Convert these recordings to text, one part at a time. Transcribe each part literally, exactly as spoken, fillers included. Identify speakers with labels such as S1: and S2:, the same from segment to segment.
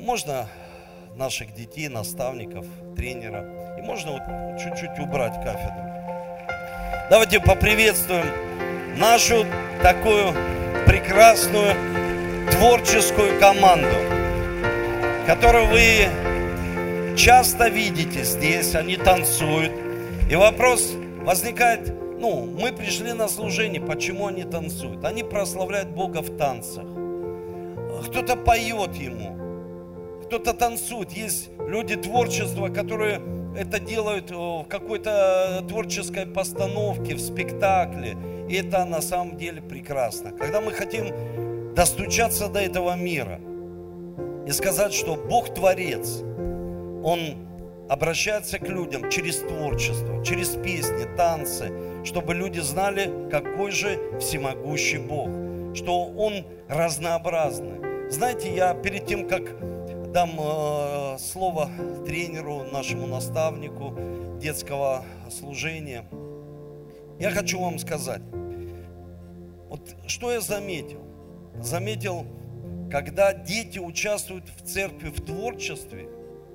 S1: можно наших детей, наставников, тренера. И можно вот чуть-чуть убрать кафедру. Давайте поприветствуем нашу такую прекрасную творческую команду, которую вы часто видите здесь. Они танцуют. И вопрос возникает, ну, мы пришли на служение, почему они танцуют? Они прославляют Бога в танцах. Кто-то поет Ему, кто-то танцует. Есть люди творчества, которые это делают в какой-то творческой постановке, в спектакле. И это на самом деле прекрасно. Когда мы хотим достучаться до этого мира и сказать, что Бог Творец, Он обращается к людям через творчество, через песни, танцы, чтобы люди знали, какой же всемогущий Бог, что Он разнообразный. Знаете, я перед тем, как дам э, слово тренеру, нашему наставнику детского служения, я хочу вам сказать, вот что я заметил. Заметил, когда дети участвуют в церкви в творчестве,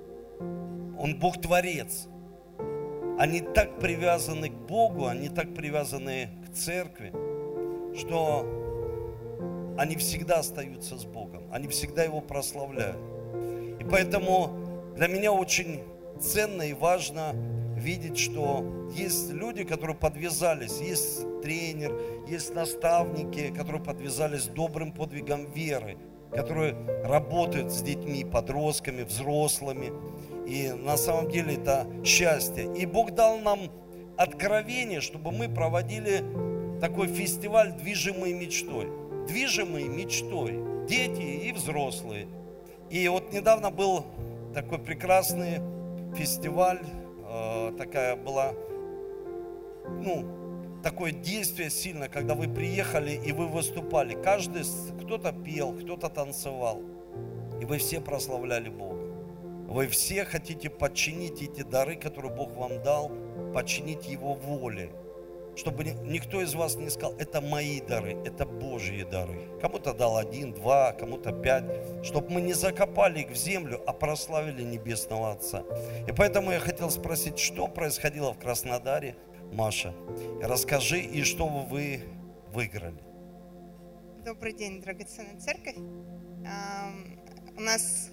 S1: Он Бог-творец. Они так привязаны к Богу, они так привязаны к церкви, что они всегда остаются с Богом, они всегда Его прославляют. И поэтому для меня очень ценно и важно видеть, что есть люди, которые подвязались, есть тренер, есть наставники, которые подвязались добрым подвигом веры, которые работают с детьми, подростками, взрослыми. И на самом деле это счастье. И Бог дал нам откровение, чтобы мы проводили такой фестиваль «Движимые мечтой». Движимые мечтой. Дети и взрослые. И вот недавно был такой прекрасный фестиваль, э, такая была, ну, такое действие сильное, когда вы приехали и вы выступали. Каждый, кто-то пел, кто-то танцевал. И вы все прославляли Бога. Вы все хотите подчинить эти дары, которые Бог вам дал, подчинить Его воле. Чтобы никто из вас не сказал, это мои дары, это Божьи дары. Кому-то дал один, два, кому-то пять. Чтобы мы не закопали их в землю, а прославили Небесного Отца. И поэтому я хотел спросить, что происходило в Краснодаре, Маша? Расскажи, и что вы выиграли.
S2: Добрый день, драгоценная церковь. У нас...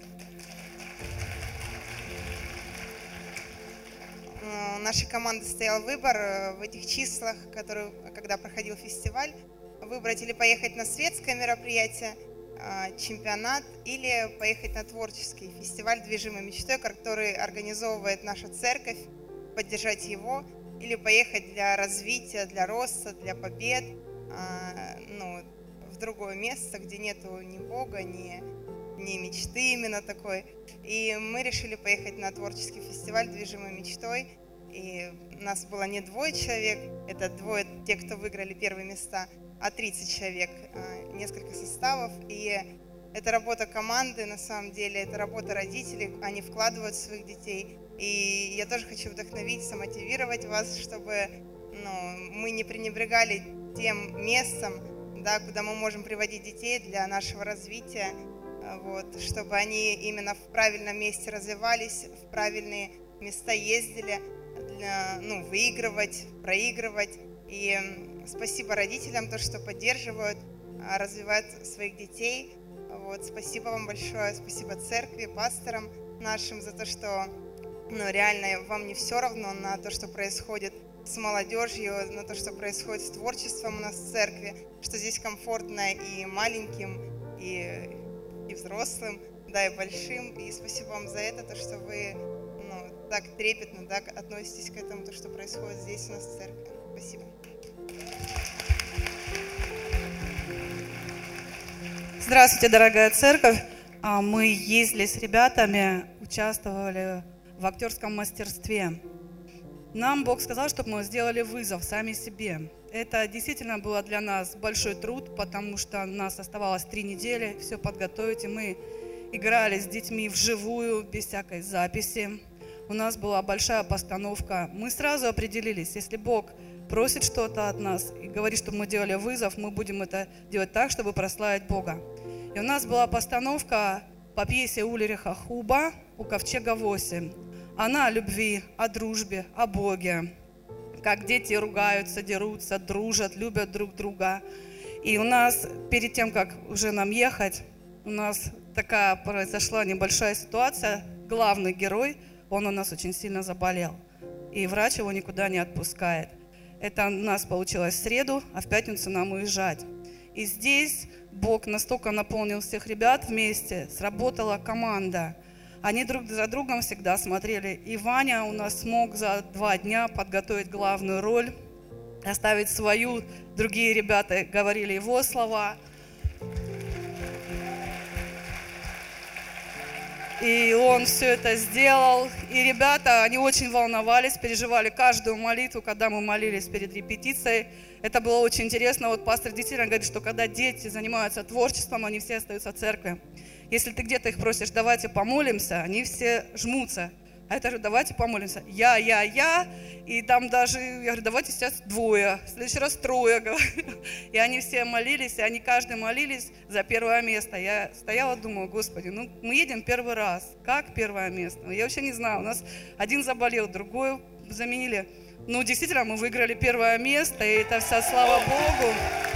S2: У нашей команды стоял выбор в этих числах, которые, когда проходил фестиваль, выбрать или поехать на светское мероприятие, чемпионат, или поехать на творческий фестиваль «Движимой мечтой», который организовывает наша церковь, поддержать его, или поехать для развития, для роста, для побед, ну, в другое место, где нету ни Бога, ни, ни мечты именно такой. И мы решили поехать на творческий фестиваль «Движимой мечтой». И нас было не двое человек, это двое, те, кто выиграли первые места, а тридцать человек, несколько составов. И это работа команды, на самом деле, это работа родителей, они вкладывают в своих детей. И я тоже хочу вдохновить, замотивировать вас, чтобы, ну, мы не пренебрегали тем местом, да, куда мы можем приводить детей для нашего развития, вот, чтобы они именно в правильном месте развивались, в правильные места ездили, для, ну, выигрывать, проигрывать. И спасибо родителям, то, что поддерживают, развивают своих детей. Вот, спасибо вам большое, спасибо церкви, пасторам нашим за то, что, ну, реально вам не все равно на то, что происходит с молодежью, на то, что происходит с творчеством у нас в церкви, что здесь комфортно и маленьким, и, и взрослым, да, и большим. И спасибо вам за это, то, что вы, ну, так трепетно, так относитесь к этому, то, что происходит здесь у нас в церкви. Спасибо.
S3: Здравствуйте, дорогая церковь. Мы ездили с ребятами, участвовали в актерском мастерстве. Нам Бог сказал, чтобы мы сделали вызов сами себе. Это действительно было для нас большой труд, потому что у нас оставалось три недели все подготовить, и мы играли с детьми вживую, без всякой записи. У нас была большая постановка. Мы сразу определились, если Бог просит что-то от нас и говорит, чтобы мы делали вызов, мы будем это делать так, чтобы прославить Бога. И у нас была постановка по пьесе Ульриха Хуба «У ковчега восемь». Она о любви, о дружбе, о Боге. Как дети ругаются, дерутся, дружат, любят друг друга. И у нас, перед тем, как уже нам ехать, у нас такая произошла небольшая ситуация. Главный герой, он у нас очень сильно заболел. И врач его никуда не отпускает. Это у нас получилось в среду, а в пятницу нам уезжать. И здесь Бог настолько наполнил всех ребят вместе, сработала команда. Они друг за другом всегда смотрели. И Ваня у нас смог за два дня подготовить главную роль, оставить свою. Другие ребята говорили его слова. И он все это сделал. И ребята, они очень волновались, переживали каждую молитву, когда мы молились перед репетицией. Это было очень интересно. Вот пастор действительно говорит, что когда дети занимаются творчеством, они все остаются в церкви. Если ты где-то их просишь, давайте помолимся, они все жмутся. А это же давайте помолимся. Я, я, я. И там даже, я говорю, давайте сейчас двое. В следующий раз трое. И они все молились, и они каждый молились за первое место. Я стояла, думала, Господи, ну мы едем первый раз. Как первое место? Я вообще не знаю. У нас один заболел, другой заменили. Ну, действительно, мы выиграли первое место, и это вся слава Богу.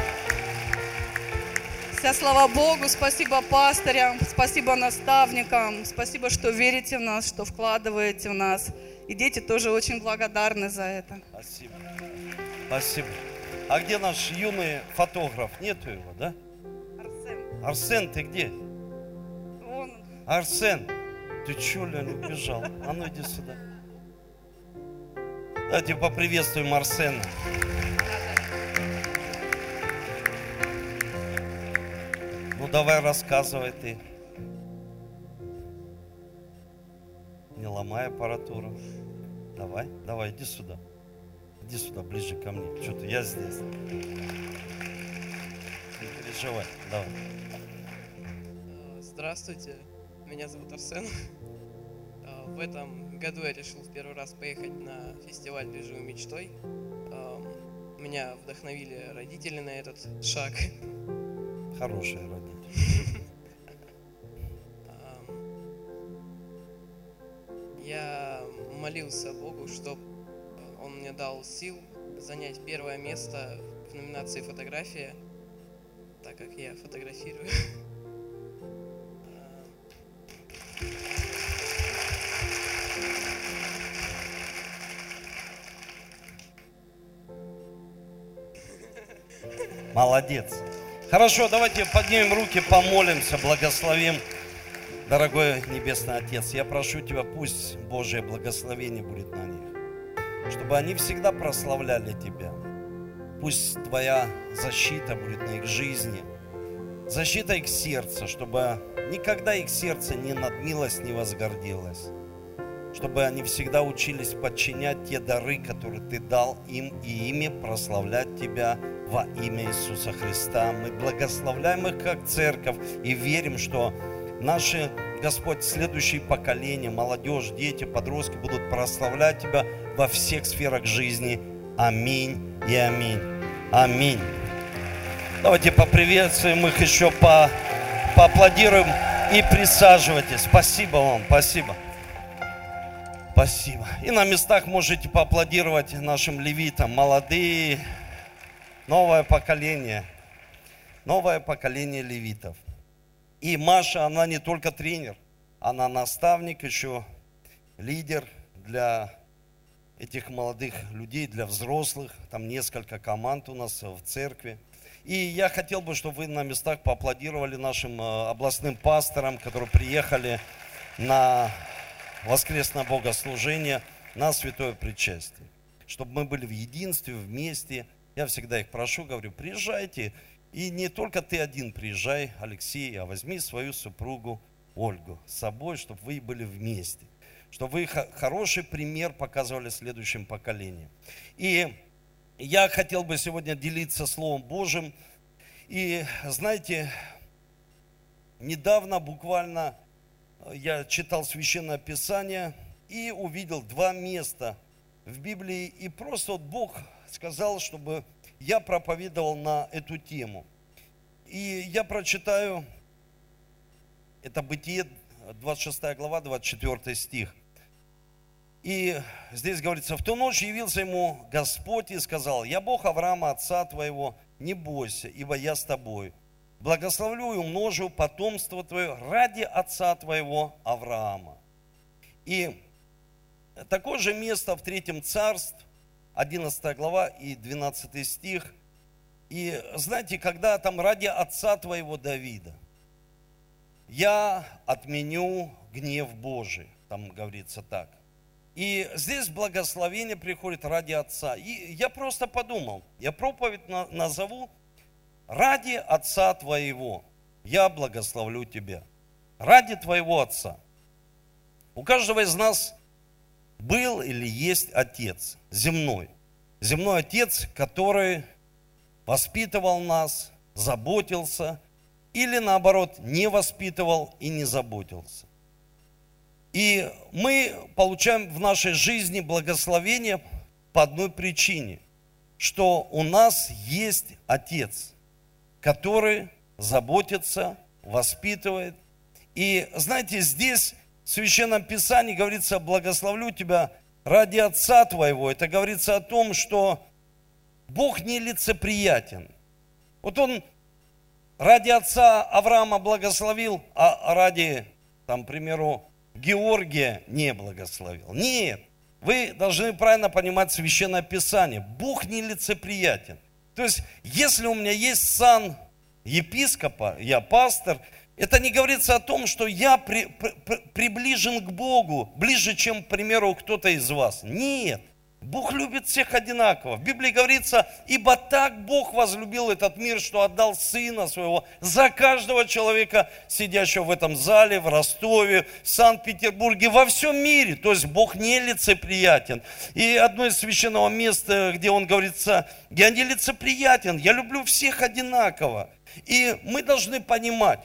S3: Вся слава Богу, спасибо пастырям, спасибо наставникам, спасибо, что верите в нас, что вкладываете в нас. И дети тоже очень благодарны за это.
S1: Спасибо. Спасибо. А где наш юный фотограф? Нету его, да?
S3: Арсен.
S1: Арсен, ты где?
S3: Он.
S1: Арсен, ты чё, Леня, убежал? А ну иди сюда. Давайте поприветствуем Арсена. Ну давай рассказывай ты. Не ломай аппаратуру. Давай, давай, иди сюда. Иди сюда, ближе ко мне. Что ты, я здесь. Не переживай, давай.
S4: Здравствуйте, меня зовут Арсен. В этом году я решил в первый раз поехать на фестиваль «Движимой мечтой». Меня вдохновили родители на этот шаг.
S1: Хорошие родители.
S4: Я молился Богу, чтобы Он мне дал сил занять первое место в номинации «Фотография», так как я фотографирую.
S1: Молодец. Хорошо, давайте поднимем руки, помолимся, благословим. Дорогой Небесный Отец, я прошу Тебя, пусть Божье благословение будет на них, чтобы они всегда прославляли Тебя. Пусть Твоя защита будет на их жизни, защита их сердца, чтобы никогда их сердце не надмилось, не возгордилось, чтобы они всегда учились подчинять те дары, которые Ты дал им, и ими прославлять Тебя во имя Иисуса Христа. Мы благословляем их как церковь и верим, что наши, Господь, следующие поколения, молодежь, дети, подростки будут прославлять Тебя во всех сферах жизни. Аминь и аминь. Аминь. Давайте поприветствуем их еще, по, поаплодируем и присаживайтесь. Спасибо вам, спасибо. Спасибо. И на местах можете поаплодировать нашим левитам. Молодые, новое поколение. Новое поколение левитов. И Маша, она не только тренер, она наставник, еще лидер для этих молодых людей, для взрослых. Там несколько команд у нас в церкви. И я хотел бы, чтобы вы на местах поаплодировали нашим областным пасторам, которые приехали на воскресное богослужение, на святое причастие. Чтобы мы были в единстве, вместе. Я всегда их прошу, говорю, приезжайте. И не только ты один приезжай, Алексей, а возьми свою супругу Ольгу с собой, чтобы вы были вместе. Чтобы вы хороший пример показывали следующим поколениям. И я хотел бы сегодня делиться Словом Божьим. И знаете, недавно буквально я читал Священное Писание и увидел два места в Библии. И просто вот Бог сказал, чтобы я проповедовал на эту тему. И я прочитаю, это Бытие, двадцать шестая глава, двадцать четвёртый стих. И здесь говорится: в ту ночь явился ему Господь и сказал: я Бог Авраама, отца твоего, не бойся, ибо я с тобой. Благословлю и умножу потомство твое ради отца твоего Авраама. И такое же место в Третьем Царств, одиннадцатая глава и двенадцатый стих. И знаете, когда там ради отца твоего Давида, я отменю гнев Божий, там говорится так. И здесь благословение приходит ради отца. И я просто подумал, я проповедь назову: ради отца твоего я благословлю тебя. Ради твоего отца. У каждого из нас был или есть отец земной. Земной отец, который воспитывал нас, заботился, или наоборот, не воспитывал и не заботился. И мы получаем в нашей жизни благословение по одной причине, что у нас есть отец, который заботится, воспитывает. И знаете, здесь в Священном Писании говорится: благословлю тебя ради отца твоего. Это говорится о том, что Бог не лицеприятен. Вот он ради отца Авраама благословил, а ради, там, к примеру, Георгия не благословил. Нет, вы должны правильно понимать Священное Писание. Бог не лицеприятен. То есть, если у меня есть сан епископа, я пастор, это не говорится о том, что я при, при, приближен к Богу, ближе, чем, к примеру, кто-то из вас. Нет. Бог любит всех одинаково. В Библии говорится: ибо так Бог возлюбил этот мир, что отдал Сына Своего за каждого человека, сидящего в этом зале, в Ростове, в Санкт-Петербурге, во всем мире. То есть Бог не лицеприятен. И одно из священного места, где Он говорится: я не лицеприятен, я люблю всех одинаково. И мы должны понимать,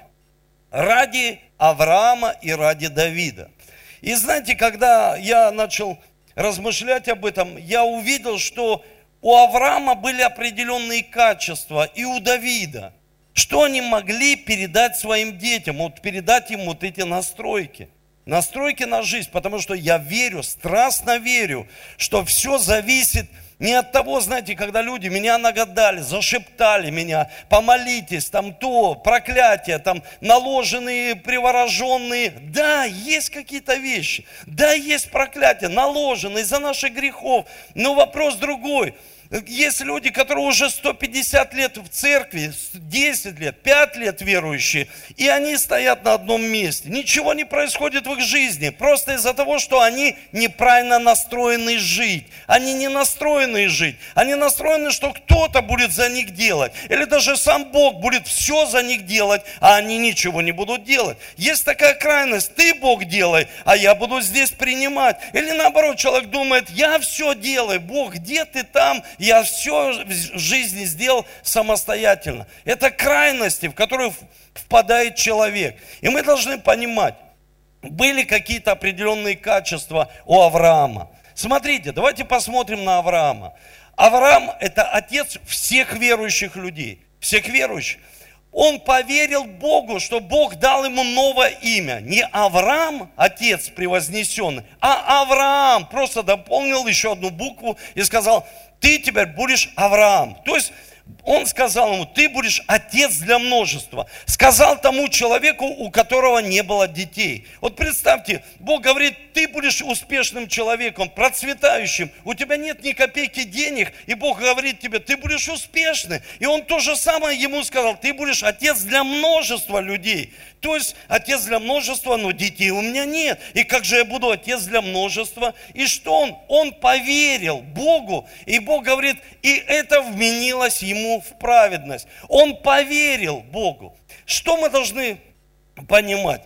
S1: ради Авраама и ради Давида. И знаете, когда я начал размышлять об этом, я увидел, что у Авраама были определенные качества, и у Давида, что они могли передать своим детям, вот передать им вот эти настройки, настройки на жизнь, потому что я верю, страстно верю, что все зависит не от того, знаете, когда люди меня нагадали, зашептали меня: помолитесь, там то, проклятие, там наложенные, привороженные. Да, есть какие-то вещи, да, есть проклятие, наложенные из-за наших грехов, но вопрос другой. Есть люди, которые уже сто пятьдесят лет в церкви, десять лет, пять лет верующие, и они стоят на одном месте. Ничего не происходит в их жизни, просто из-за того, что они неправильно настроены жить. Они не настроены жить, они настроены, что кто-то будет за них делать. Или даже сам Бог будет все за них делать, а они ничего не будут делать. Есть такая крайность: ты, Бог, делай, а я буду здесь принимать. Или наоборот, человек думает: я все делаю, Бог, где ты там? Я все в жизни сделал самостоятельно. Это крайности, в которые впадает человек. И мы должны понимать, были какие-то определенные качества у Авраама. Смотрите, давайте посмотрим на Авраама. Авраам – это отец всех верующих людей, всех верующих. Он поверил Богу, что Бог дал ему новое имя. Не Авраам, отец превознесенный, а Авраам. Просто дополнил еще одну букву и сказал: ты теперь будешь Авраам. То есть он сказал ему: ты будешь отец для множества. Сказал тому человеку, у которого не было детей. Вот представьте, Бог говорит: ты будешь успешным человеком, процветающим. У тебя нет ни копейки денег, и Бог говорит тебе: ты будешь успешный. И он то же самое ему сказал: ты будешь отец для множества людей. То есть отец для множества, но детей у меня нет. И как же я буду отец для множества? И что он? Он поверил Богу, и Бог говорит: и это вменилось ему в праведность. Он поверил Богу. Что мы должны понимать?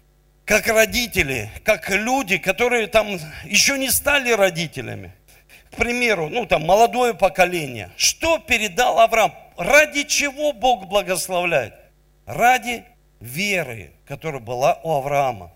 S1: Как родители, как люди, которые там еще не стали родителями. К примеру, ну там молодое поколение. Что передал Авраам? Ради чего Бог благословляет? Ради веры, которая была у Авраама.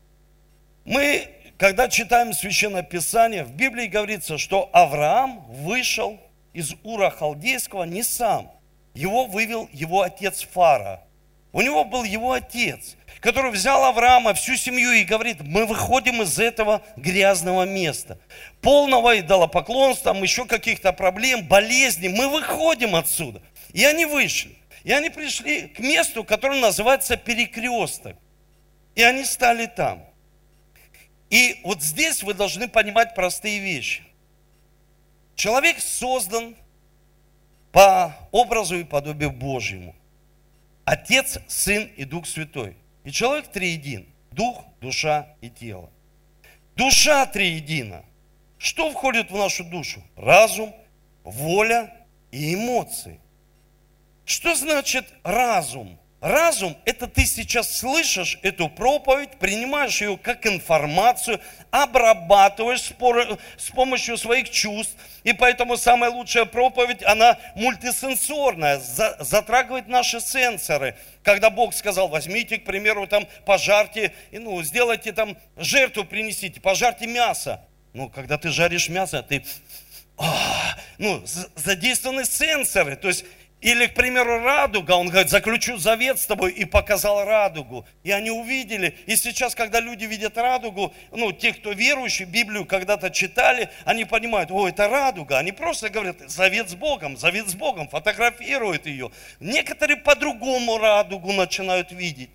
S1: Мы, когда читаем Священное Писание, в Библии говорится, что Авраам вышел из Ура Халдейского не сам. Его вывел его отец Фара. У него был его отец, который взял Авраама, всю семью и говорит, мы выходим из этого грязного места. Полного идолопоклонства, там еще каких-то проблем, болезней. Мы выходим отсюда. И они вышли. И они пришли к месту, которое называется перекресток. И они стали там. И вот здесь вы должны понимать простые вещи. Человек создан по образу и подобию Божьему. Отец, Сын и Дух Святой. И человек триедин. Дух, душа и тело. Душа триедина. Что входит в нашу душу? Разум, воля и эмоции. Что значит разум? Разум – это ты сейчас слышишь эту проповедь, принимаешь ее как информацию, обрабатываешь с помощью своих чувств. И поэтому самая лучшая проповедь, она мультисенсорная, затрагивает наши сенсоры. Когда Бог сказал, возьмите, к примеру, там, пожарьте, ну, сделайте там жертву, принесите, пожарьте мясо. Ну, когда ты жаришь мясо, ты, ну, задействованы сенсоры, то есть, или, к примеру, радуга, он говорит, заключу завет с тобой, и показал радугу. И они увидели. И сейчас, когда люди видят радугу, ну, те, кто верующие, Библию когда-то читали, они понимают, о, это радуга. Они просто говорят, завет с Богом, завет с Богом, фотографируют ее. Некоторые по-другому радугу начинают видеть.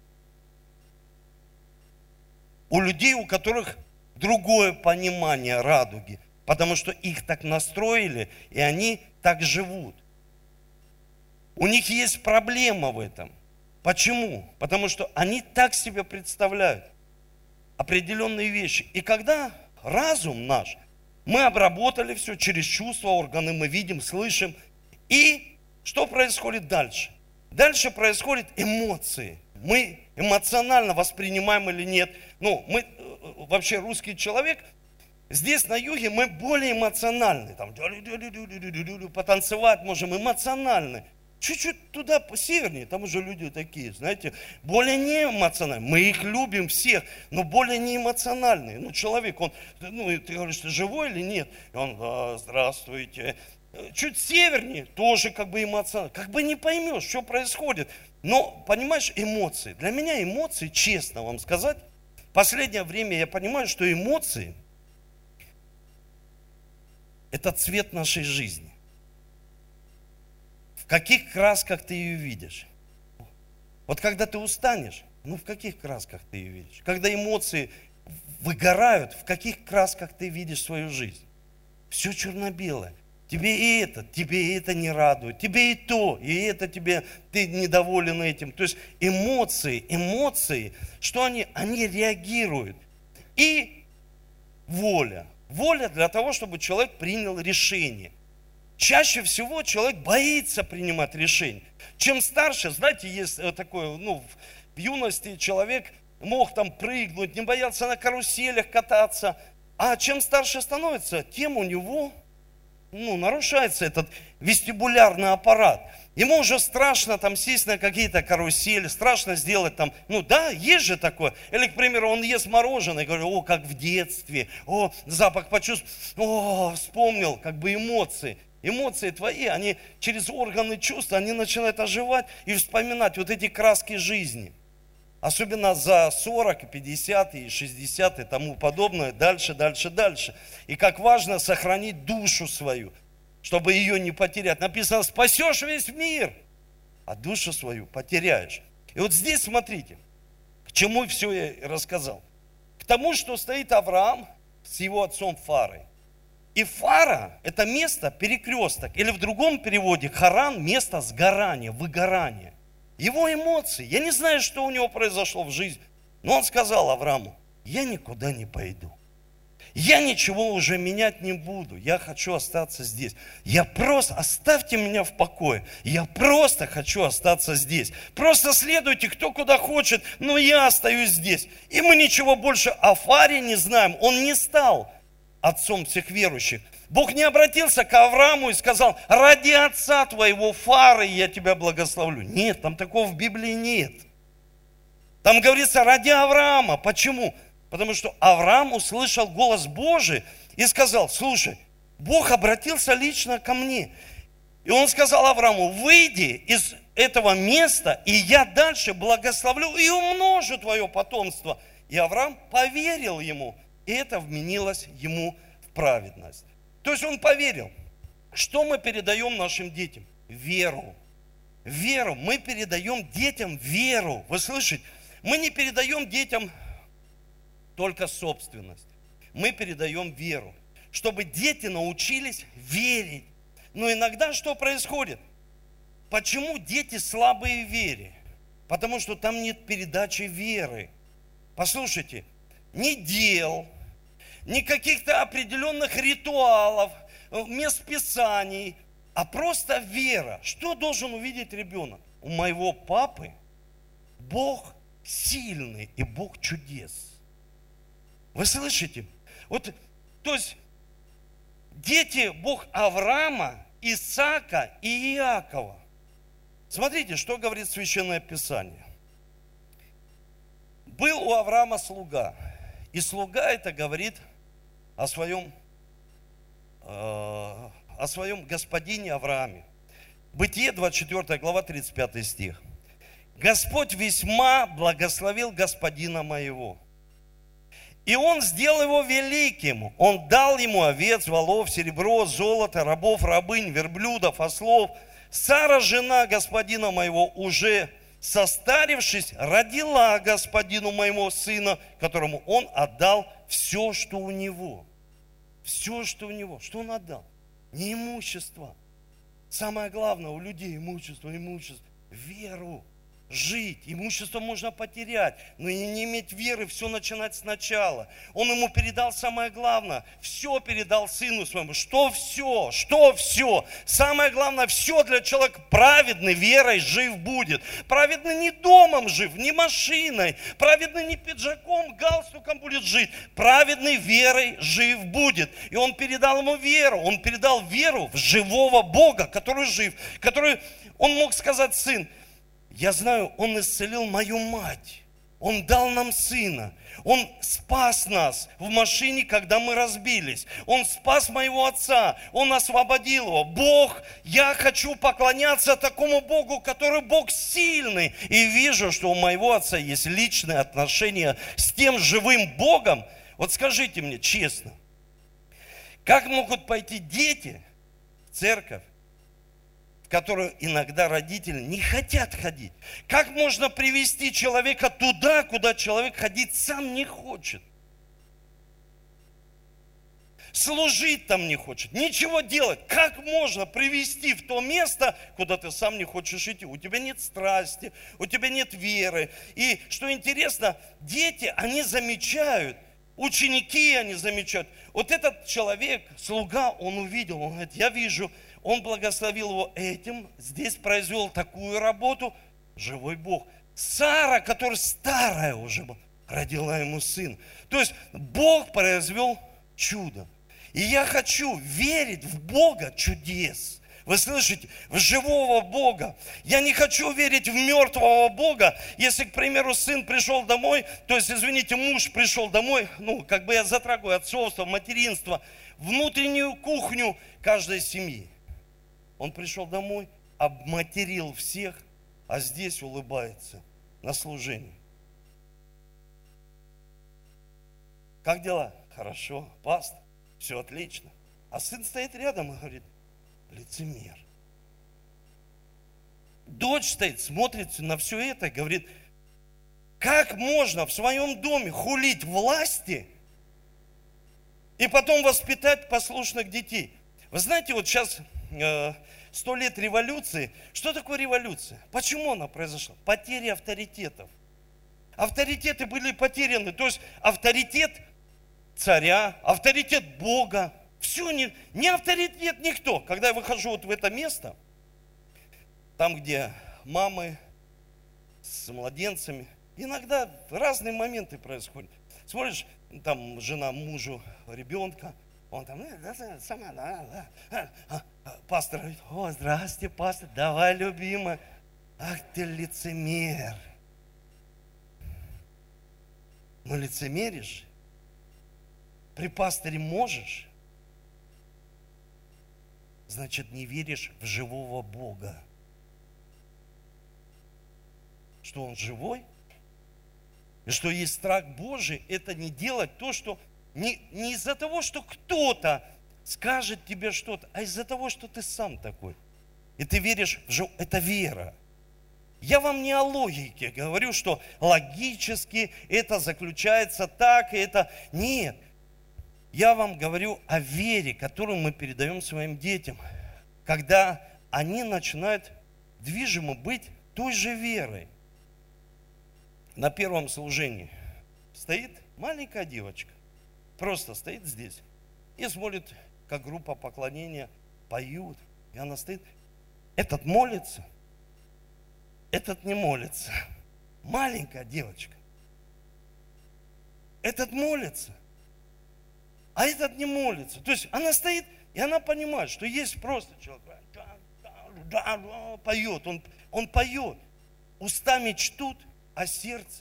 S1: У людей, у которых другое понимание радуги, потому что их так настроили, и они так живут. У них есть проблема в этом. Почему? Потому что они так себе представляют определенные вещи. И когда разум наш, мы обработали все через чувства, органы, мы видим, слышим. И что происходит дальше? Дальше происходят эмоции. Мы эмоционально воспринимаем или нет. Ну, мы вообще русский человек, здесь на юге мы более эмоциональны. Там потанцевать можем, эмоциональны. Чуть-чуть туда, севернее, там уже люди такие, знаете, более неэмоциональные. Мы их любим всех, но более неэмоциональные. Ну, человек, он, ну, ты говоришь, ты живой или нет? И он, да, здравствуйте. Чуть севернее, тоже как бы эмоционально. Как бы не поймешь, что происходит. Но, понимаешь, эмоции. Для меня эмоции, честно вам сказать, в последнее время я понимаю, что эмоции – это цвет нашей жизни. В каких красках ты ее видишь? Вот когда ты устанешь, ну в каких красках ты ее видишь? Когда эмоции выгорают, в каких красках ты видишь свою жизнь? Все черно-белое. Тебе и это, тебе и это не радует, тебе и то, и это тебе, ты недоволен этим. То есть эмоции, эмоции, что они? Они реагируют. И воля. Воля для того, чтобы человек принял решение. Чаще всего человек боится принимать решения. Чем старше, знаете, есть такое, ну, в юности человек мог там прыгнуть, не боялся на каруселях кататься. А чем старше становится, тем у него, ну, нарушается этот вестибулярный аппарат. Ему уже страшно там сесть на какие-то карусели, страшно сделать там, ну да, есть же такое. Или, к примеру, он ест мороженое, и говорит, о, как в детстве, о, запах почувствовал, о, вспомнил, как бы эмоции. Эмоции твои, они через органы чувств, они начинают оживать и вспоминать вот эти краски жизни. Особенно за сорок, пятьдесят и шестьдесят и тому подобное, дальше, дальше, дальше. И как важно сохранить душу свою, чтобы ее не потерять. Написано, спасешь весь мир, а душу свою потеряешь. И вот здесь смотрите, к чему все я рассказал. К тому, что стоит Авраам с его отцом Фарой. И Фара – это место, перекресток, или в другом переводе Харан – место сгорания, выгорания. Его эмоции, я не знаю, что у него произошло в жизни, но он сказал Аврааму, я никуда не пойду. Я ничего уже менять не буду, я хочу остаться здесь. Я просто, оставьте меня в покое, я просто хочу остаться здесь. Просто следуйте, кто куда хочет, но я остаюсь здесь. И мы ничего больше о Фаре не знаем, он не стал отцом всех верующих. Бог не обратился к Аврааму и сказал, ради отца твоего Фары я тебя благословлю. Нет, там такого в Библии нет. Там говорится, ради Авраама. Почему? Потому что Авраам услышал голос Божий и сказал, слушай, Бог обратился лично ко мне. И он сказал Аврааму, выйди из этого места, и я дальше благословлю и умножу твое потомство. И Авраам поверил ему, и это вменилось ему в праведность. То есть он поверил. Что мы передаем нашим детям? Веру. Веру. Мы передаем детям веру. Вы слышите? Мы не передаем детям только собственность. Мы передаем веру. Чтобы дети научились верить. Но иногда что происходит? Почему дети слабые в вере? Потому что там нет передачи веры. Послушайте, ни дел, ни каких-то определенных ритуалов, мест писаний, а просто вера. Что должен увидеть ребенок? У моего папы Бог сильный и Бог чудес. Вы слышите? Вот, то есть, дети Бог Авраама, Исаака и Иакова. Смотрите, что говорит Священное Писание. Был у Авраама слуга, и слуга это говорит о своем, э, о своем господине Аврааме. Бытие, двадцать четвёртая глава, тридцать пятый стих. Господь весьма благословил господина моего, и он сделал его великим. Он дал ему овец, волов, серебро, золото, рабов, рабынь, верблюдов, ослов. Сара, жена господина моего, уже состарившись, родила господину моему сына, которому он отдал все, что у него. Все, что у него. Что он отдал? Не имущество. Самое главное у людей имущество, имущество. Веру. Жить. Имущество можно потерять, но и не иметь веры, все начинать сначала. Он ему передал самое главное. Все передал сыну своему. Что все? Что все? Самое главное, все для человека праведный верой жив будет. Праведный не домом жив, не машиной. Праведный не пиджаком, галстуком будет жить. Праведный верой жив будет. И он передал ему веру. Он передал веру в живого Бога, который жив. Который, он мог сказать: сын, я знаю, Он исцелил мою мать. Он дал нам сына. Он спас нас в машине, когда мы разбились. Он спас моего отца. Он освободил его. Бог, я хочу поклоняться такому Богу, который Бог сильный. И вижу, что у моего отца есть личные отношения с тем живым Богом. Вот скажите мне честно, как могут пойти дети в церковь, в которую иногда родители не хотят ходить? Как можно привести человека туда, куда человек ходить сам не хочет? Служить там не хочет, ничего делать. Как можно привести в то место, куда ты сам не хочешь идти? У тебя нет страсти, у тебя нет веры. И что интересно, дети, они замечают, ученики, они замечают. Вот этот человек, слуга, он увидел, он говорит: я вижу, он благословил его этим, здесь произвел такую работу, живой Бог. Сара, которая старая уже была, родила ему сына. То есть Бог произвел чудо. И я хочу верить в Бога чудес. Вы слышите? В живого Бога. Я не хочу верить в мертвого Бога. Если, к примеру, сын пришел домой, то есть, извините, муж пришел домой, ну, как бы я затрагиваю отцовство, материнство, внутреннюю кухню каждой семьи. Он пришел домой, обматерил всех, а здесь улыбается на служении. Как дела? Хорошо, пастор, все отлично. А сын стоит рядом и говорит: лицемер. Дочь стоит, смотрит на все это и говорит: как можно в своем доме хулить власти и потом воспитать послушных детей? Вы знаете, вот сейчас сто лет революции. Что такое революция? Почему она произошла? Потеря авторитетов. Авторитеты были потеряны. То есть авторитет царя, авторитет Бога. Все, не, не авторитет никто. Когда я выхожу вот в это место, там, где мамы с младенцами, иногда разные моменты происходят. Смотришь, там жена мужу ребенка, он там, сама, да, да. А, а, пастор говорит: о, здрасте, пастор, давай, любимая. Ах ты лицемер. Ну, лицемеришь? При пасторе можешь? Значит, не веришь в живого Бога. что Он живой, и что есть страх Божий, это не делать то, что не, не из-за того, что кто-то скажет тебе что-то, а из-за того, что ты сам такой. И ты веришь в живое. Это вера. Я вам не о логике говорю, что логически это заключается так, и это... Нет. Я вам говорю о вере, которую мы передаем своим детям, когда они начинают движимы быть той же верой. На первом служении стоит маленькая девочка, просто стоит здесь и смотрит, как группа поклонения поют, и она стоит. Этот молится, этот не молится. Маленькая девочка. Этот молится, а этот не молится. То есть она стоит, и она понимает, что есть просто человек, поет, он, он поет. Устами чтут, а сердце.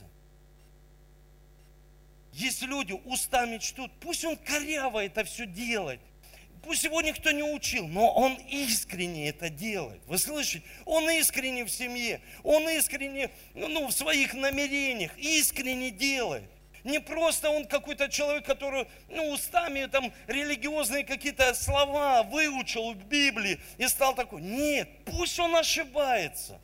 S1: Есть люди, устами чтут, пусть он коряво это все делает, пусть его никто не учил, но он искренне это делает. Вы слышите? Он искренне в семье, он искренне ну, в своих намерениях, искренне делает. Не просто он какой-то человек, который ну, устами там религиозные какие-то слова выучил в Библии и стал такой. Нет, пусть он ошибается.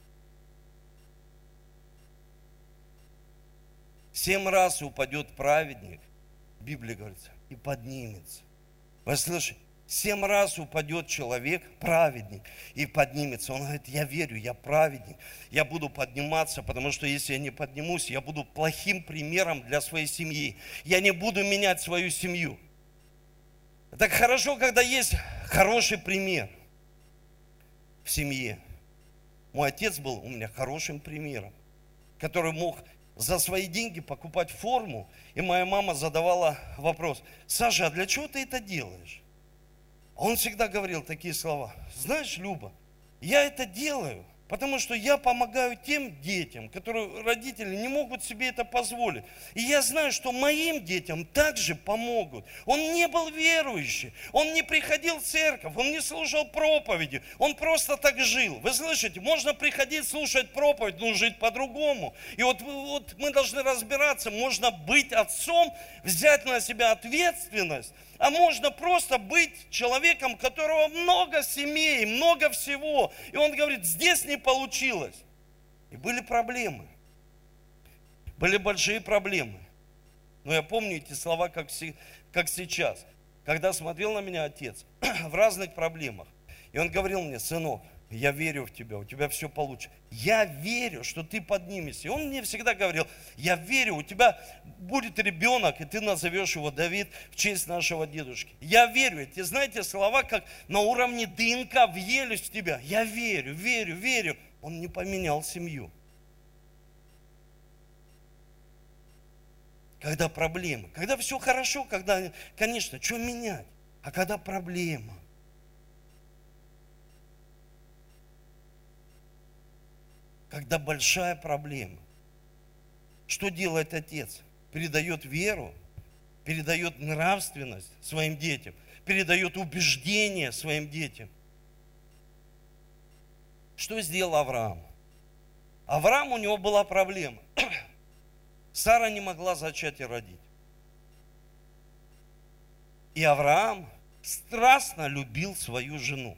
S1: Семь раз упадет праведник, в Библии говорится, и поднимется. Вы слышите? Семь раз упадет человек, праведник, и поднимется. Он говорит, я верю, я праведник, я буду подниматься, потому что если я не поднимусь, я буду плохим примером для своей семьи. Я не буду менять свою семью. Так хорошо, когда есть хороший пример в семье. Мой отец был у меня хорошим примером, который мог за свои деньги покупать форму. И моя мама задавала вопрос, Саша, а для чего ты это делаешь? Он всегда говорил такие слова, знаешь, Люба, я это делаю, потому что я помогаю тем детям, которые родители не могут себе это позволить. И я знаю, что моим детям также помогут. Он не был верующий, он не приходил в церковь, он не слушал проповеди, он просто так жил. Вы слышите, можно приходить слушать проповедь, но жить по-другому. И вот, вот мы должны разбираться, можно быть отцом, взять на себя ответственность, а можно просто быть человеком, у которого много семей, много всего. И он говорит, здесь не получилось. И были проблемы. Были большие проблемы. Но я помню эти слова, как, как сейчас. Когда смотрел на меня отец в разных проблемах. И он говорил мне, сынок, я верю в тебя, у тебя все получится. Я верю, что ты поднимешься. И он мне всегда говорил, я верю, у тебя будет ребенок, и ты назовешь его Давид в честь нашего дедушки. Я верю. Эти, знаете, слова как на уровне ДНК въелись в тебя. Я верю, верю, верю. Он не поменял семью. Когда проблемы, когда все хорошо, когда, конечно, что менять? А когда проблема? Когда большая проблема. Что делает отец? Передает веру, передает нравственность своим детям, передает убеждение своим детям. Что сделал Авраам? Авраам, у него была проблема. Сара не могла зачать и родить. И Авраам страстно любил свою жену.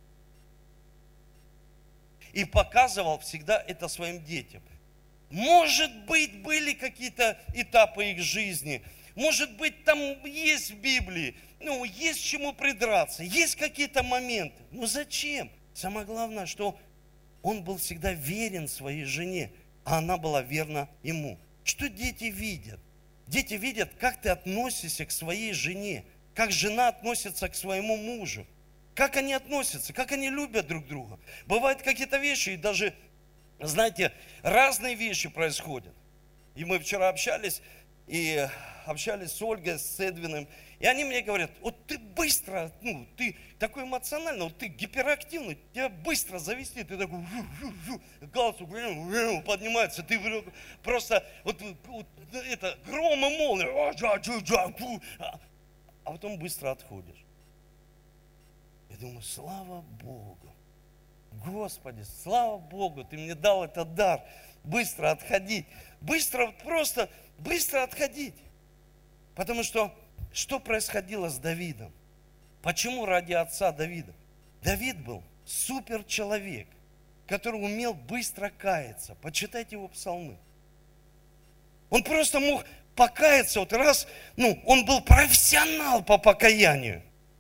S1: И показывал всегда это своим детям. Может быть, были какие-то этапы их жизни. Может быть, там есть в Библии, ну, есть к чему придраться, есть какие-то моменты. Но зачем? Самое главное, что он был всегда верен своей жене, а она была верна ему. Что дети видят? Дети видят, как ты относишься к своей жене, как жена относится к своему мужу. Как они относятся, как они любят друг друга. Бывают какие-то вещи, и даже, знаете, разные вещи происходят. И мы вчера общались, и общались с Ольгой, с Эдвином, и они мне говорят, вот ты быстро, ну, ты такой эмоциональный, вот ты гиперактивный, тебя быстро завести, ты такой, галстук поднимается, ты просто, вот, вот это, гром и молния, а потом быстро отходишь. Я думаю, слава Богу, Господи, слава Богу, Ты мне дал этот дар. быстро отходить. Быстро, просто быстро отходить. Потому что, что происходило с Давидом? Почему ради отца Давида? Давид был суперчеловек, который умел быстро каяться. Почитайте его псалмы. Он просто мог покаяться, вот раз, ну, он был профессионал по покаянию.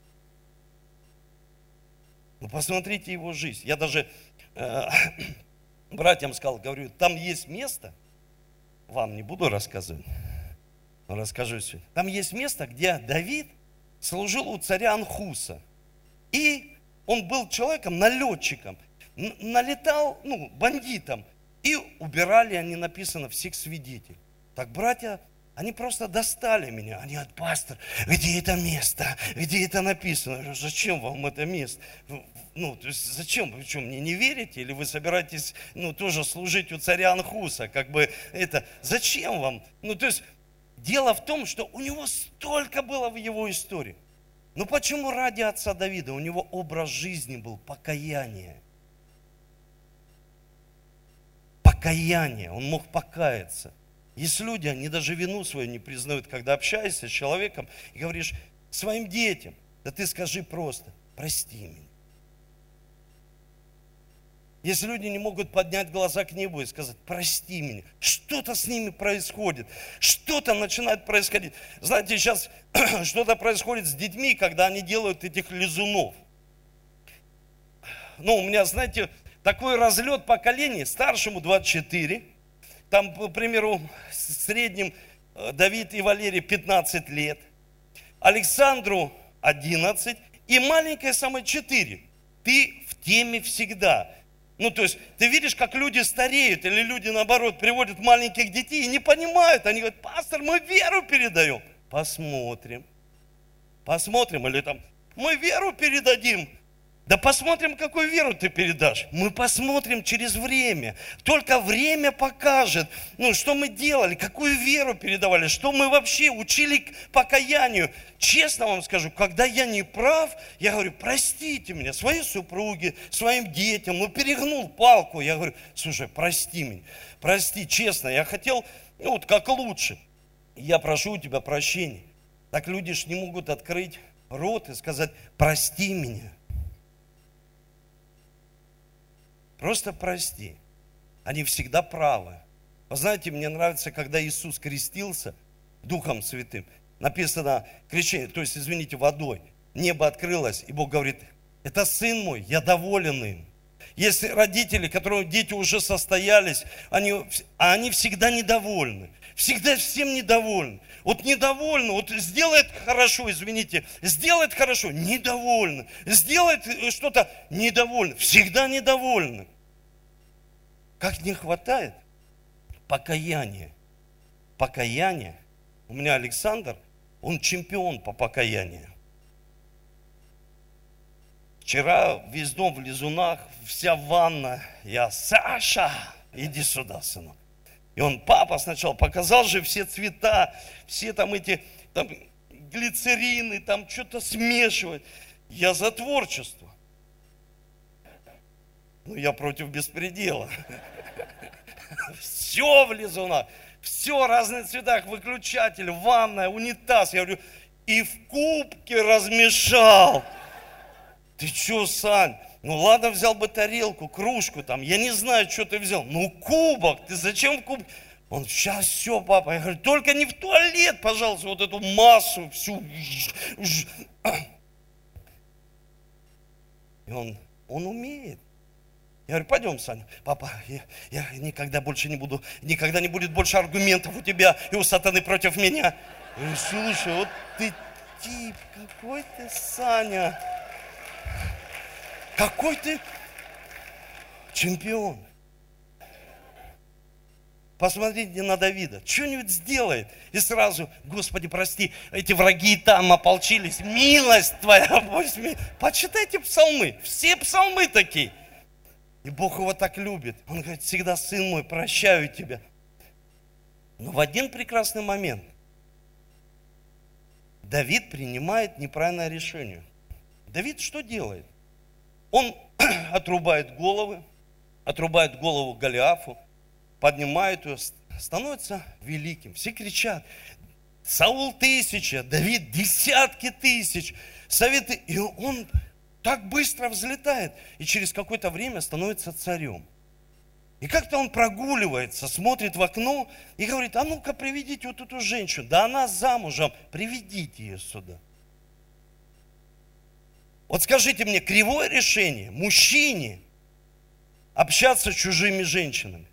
S1: Ну, посмотрите его жизнь. Я даже э, братьям сказал, говорю, там есть место, вам не буду рассказывать, но расскажу сегодня. Там есть место, где Давид служил у царя Анхуса. И он был человеком, налетчиком, налетал, ну, бандитам. И убирали, они написано, всех свидетелей. Так братья, они просто достали меня. Они говорят, пастор, где это место? Где это написано? Я говорю, зачем вам это место? Ну, то есть зачем? Вы что, мне не верите? Или вы собираетесь, ну, тоже служить у царя Анхуса? Как бы это, зачем вам? Ну, то есть дело в том, что у него столько было в его истории. Ну, почему ради отца Давида? У него образ жизни был покаяние. Покаяние. Он мог покаяться. Есть люди, они даже вину свою не признают, когда общаешься с человеком и говоришь своим детям, да ты скажи просто, прости меня. Если люди не могут поднять глаза к небу и сказать, прости меня, что-то с ними происходит, что-то начинает происходить. Знаете, сейчас что-то происходит с детьми, когда они делают этих лизунов. Ну, у меня, знаете, такой разлет поколений, старшему двадцать четыре, там, к примеру, в среднем Давид и Валерий пятнадцать лет, Александру одиннадцать и маленькая самая четыре. Ты в теме всегда. Ну, то есть, ты видишь, как люди стареют, или люди, наоборот, приводят маленьких детей и не понимают. Они говорят, пастор, мы веру передаем. Посмотрим. Посмотрим, или там, мы веру передадим. Да посмотрим, какую веру ты передашь. Мы посмотрим через время. Только время покажет, ну, что мы делали, какую веру передавали, что мы вообще учили к покаянию. Честно вам скажу, когда я не прав, я говорю, простите меня, своей супруге, своим детям, ну, перегнул палку. Я говорю, слушай, прости меня, прости, честно, я хотел, ну, вот как лучше. Я прошу у тебя прощения. Так люди ж не могут открыть рот и сказать, прости меня. Просто прости. Они всегда правы. Вы знаете, мне нравится, когда Иисус крестился Духом Святым. Написано крещение, то есть, извините, водой. Небо открылось, и Бог говорит, это Сын мой, я доволен им. Есть родители, которые дети уже состоялись, они, а они всегда недовольны. Всегда всем недовольны. Вот недовольны, вот сделает хорошо, извините, сделает хорошо, недовольны. Сделает что-то, недовольны. Всегда недовольны. Как не хватает покаяния. Покаяние. У меня Александр, он чемпион по покаянию. Вчера весь дом в лизунах, вся ванна. Я, Саша, иди сюда, сынок. И он, папа сначала показал же все цвета, все там эти там, глицерины, там что-то смешивать. Я за творчество. Ну, я против беспредела. Все в лизунах, все в разных цветах, выключатель, ванная, унитаз. Я говорю, и в кубке размешал. Ты что, Сань? Ну ладно, взял бы тарелку, кружку там, я не знаю, что ты взял. Ну кубок, ты зачем в кубок? Он, сейчас все, папа. Я говорю, только не в туалет, пожалуйста, вот эту массу всю. И он, он умеет. Я говорю, пойдем, Саня. Папа, я, я никогда больше не буду, никогда не будет больше аргументов у тебя и у сатаны против меня. Я говорю, слушай, вот ты тип, какой ты, Саня. Какой ты чемпион. Посмотрите на Давида. Что-нибудь сделает. И сразу, Господи, прости, эти враги там ополчились. Милость Твоя. Почитайте псалмы. Все псалмы такие. И Бог его так любит. Он говорит, всегда, сын мой, прощаю тебя. Но в один прекрасный момент Давид принимает неправильное решение. Давид что делает? Он отрубает головы, отрубает голову Голиафу, поднимают ее, становится великим. Все кричат: Саул тысяча, Давид десятки тысяч. Советы, и он так быстро взлетает, и через какое-то время становится царем. И как-то он прогуливается, смотрит в окно и говорит: а ну-ка приведите вот эту женщину, да она замужем, приведите ее сюда. Вот скажите мне, кривое решение мужчине общаться с чужими женщинами?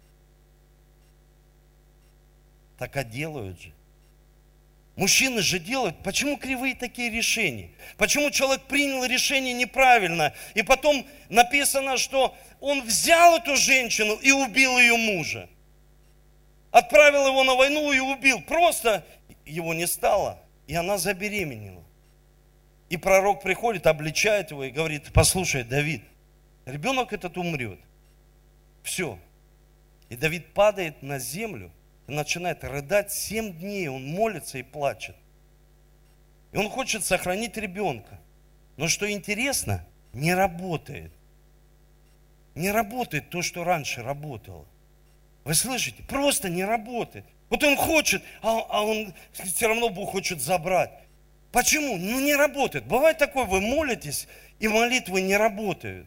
S1: Так а делают же. Мужчины же делают. Почему кривые такие решения? Почему человек принял решение неправильно? И потом написано, что он взял эту женщину и убил ее мужа. Отправил его на войну и убил. Просто его не стало, и она забеременела. И пророк приходит, обличает его и говорит: послушай, Давид, ребенок этот умрет. Все. И Давид падает на землю и начинает рыдать семь дней. Он молится и плачет. И он хочет сохранить ребенка. Но что интересно, не работает. Не работает то, что раньше работало. Вы слышите? Просто не работает. Вот он хочет, а, а он все равно Бог хочет забрать. Почему? Ну не работает. Бывает такое, вы молитесь, и молитвы не работают.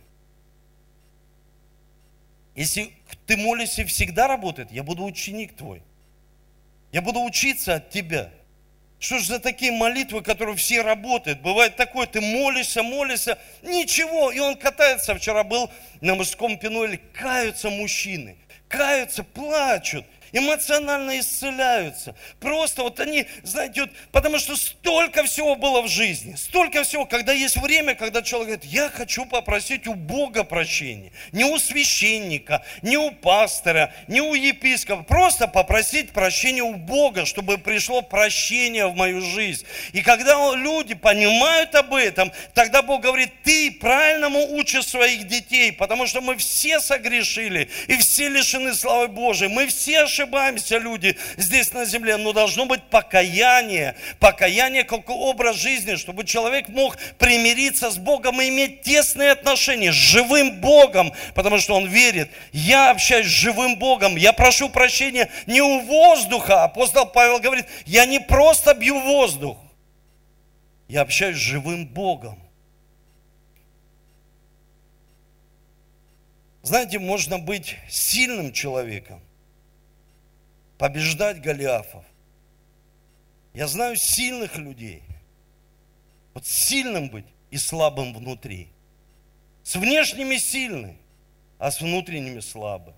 S1: Если ты молишься и всегда работает, я буду ученик твой. Я буду учиться от тебя. Что же за такие молитвы, которые все работают? Бывает такое, ты молишься, молишься, ничего. И он катается. Вчера был на мужском пинуэле, каются мужчины. Каются, плачут, эмоционально исцеляются. Просто вот они, знаете, вот, потому что столько всего было в жизни, столько всего, когда есть время, когда человек говорит: я хочу попросить у Бога прощения. Не у священника, не у пастора, не у епископа. Просто попросить прощения у Бога, чтобы пришло прощение в мою жизнь. И когда люди понимают об этом, тогда Бог говорит: ты правильному учишь своих детей, потому что мы все согрешили и все лишены славы Божией. Мы все ошибаемся, люди, здесь на земле, но должно быть покаяние. Покаяние как образ жизни, чтобы человек мог примириться с Богом и иметь тесные отношения с живым Богом, потому что он верит: я общаюсь с живым Богом, я прошу прощения не у воздуха. Апостол Павел говорит: я не просто бью воздух, я общаюсь с живым Богом. Знаете, можно быть сильным человеком, побеждать Голиафов. Я знаю сильных людей. Вот сильным быть и слабым внутри. С внешними сильны, а с внутренними слабы.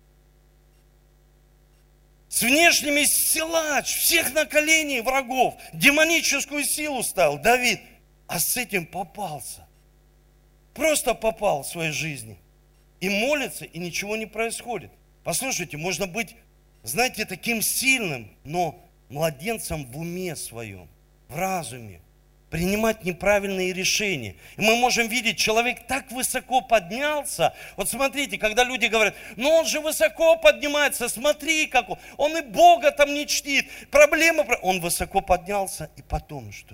S1: С внешними силач, всех на колени врагов, демоническую силу ставил Давид, а с этим попался. Просто попал в своей жизни. И молится, и ничего не происходит. Послушайте, можно быть, знаете, таким сильным, но младенцем в уме своем, в разуме, принимать неправильные решения. И мы можем видеть, человек так высоко поднялся. Вот смотрите, когда люди говорят: ну он же высоко поднимается, смотри, как он, он и Бога там не чтит. Проблема, он высоко поднялся, и потом что?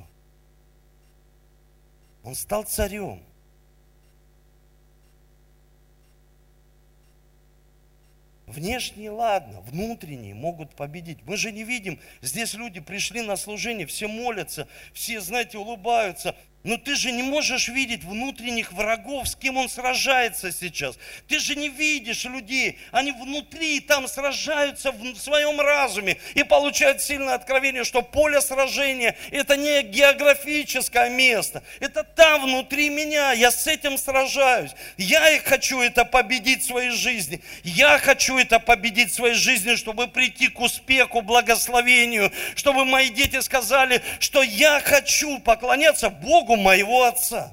S1: Он стал царем. Внешние, ладно, внутренние могут победить. Мы же не видим, здесь люди пришли на служение, все молятся, все, знаете, улыбаются. Но ты же не можешь видеть внутренних врагов, с кем он сражается сейчас. Ты же не видишь людей, они внутри там сражаются в своем разуме и получают сильное откровение, что поле сражения – это не географическое место, это там внутри меня, я с этим сражаюсь. Я и хочу это победить в своей жизни, я хочу это победить в своей жизни, чтобы прийти к успеху, благословению, чтобы мои дети сказали, что я хочу поклоняться Богу моего отца.